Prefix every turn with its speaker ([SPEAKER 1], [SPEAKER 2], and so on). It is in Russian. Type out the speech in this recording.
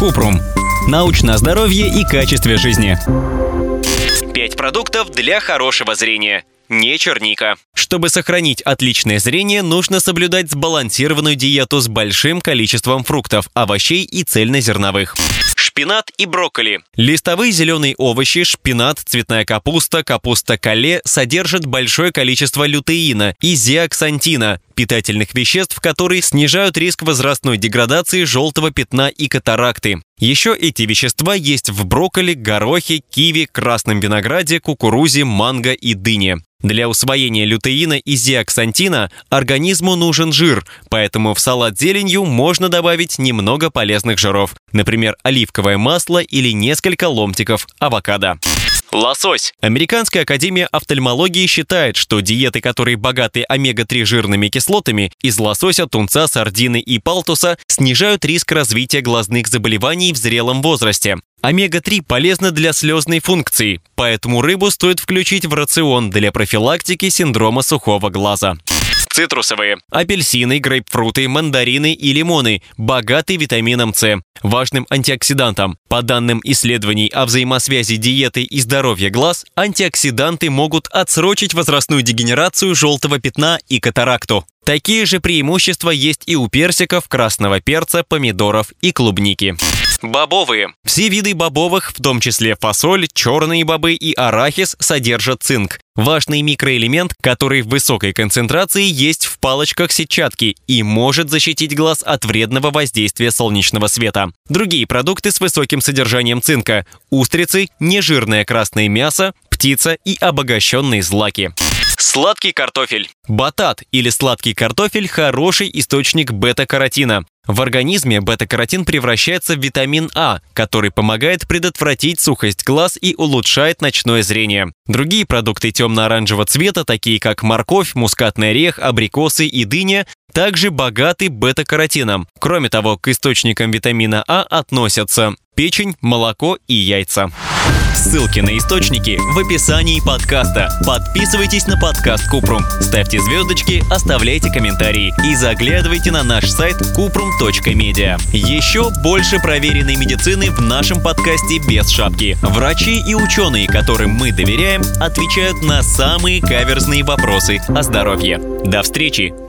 [SPEAKER 1] Купрум. Научное здоровье и качестве жизни.
[SPEAKER 2] 5 продуктов для хорошего зрения. Не черника.
[SPEAKER 3] Чтобы сохранить отличное зрение, нужно соблюдать сбалансированную диету с большим количеством фруктов, овощей и цельнозерновых.
[SPEAKER 2] Шпинат и брокколи.
[SPEAKER 3] Листовые зеленые овощи, шпинат, цветная капуста, капуста кале содержат большое количество лютеина и зеаксантина, питательных веществ, которые снижают риск возрастной деградации желтого пятна и катаракты. Еще эти вещества есть в брокколи, горохе, киви, красном винограде, кукурузе, манго и дыне. Для усвоения лютеина и зеаксантина организму нужен жир, поэтому в салат с зеленью можно добавить немного полезных жиров, например, оливковое масло или несколько ломтиков авокадо.
[SPEAKER 2] Лосось.
[SPEAKER 3] Американская академия офтальмологии считает, что диеты, которые богаты омега-3 жирными кислотами из лосося, тунца, сардины и палтуса, снижают риск развития глазных заболеваний в зрелом возрасте. Омега-3 полезна для слезной функции, поэтому рыбу стоит включить в рацион для профилактики синдрома сухого глаза.
[SPEAKER 2] Цитрусовые.
[SPEAKER 3] Апельсины, грейпфруты, мандарины и лимоны богаты витамином С, важным антиоксидантом. По данным исследований о взаимосвязи диеты и здоровья глаз, антиоксиданты могут отсрочить возрастную дегенерацию желтого пятна и катаракту. Такие же преимущества есть и у персиков, красного перца, помидоров и клубники.
[SPEAKER 2] Бобовые.
[SPEAKER 3] Все виды бобовых, в том числе фасоль, черные бобы и арахис, содержат цинк. Важный микроэлемент, который в высокой концентрации есть в палочках сетчатки и может защитить глаз от вредного воздействия солнечного света. Другие продукты с высоким содержанием цинка – устрицы, нежирное красное мясо, птица и обогащенные злаки.
[SPEAKER 2] Сладкий картофель.
[SPEAKER 3] Батат или сладкий картофель – хороший источник бета-каротина. В организме бета-каротин превращается в витамин А, который помогает предотвратить сухость глаз и улучшает ночное зрение. Другие продукты темно-оранжевого цвета, такие как морковь, мускатный орех, абрикосы и дыня, также богаты бета-каротином. Кроме того, к источникам витамина А относятся печень, молоко и яйца.
[SPEAKER 1] Ссылки на источники в описании подкаста. Подписывайтесь на подкаст Купрум, ставьте звездочки, оставляйте комментарии и заглядывайте на наш сайт kuprum.media. Еще больше проверенной медицины в нашем подкасте без шапки. Врачи и ученые, которым мы доверяем, отвечают на самые каверзные вопросы о здоровье. До встречи!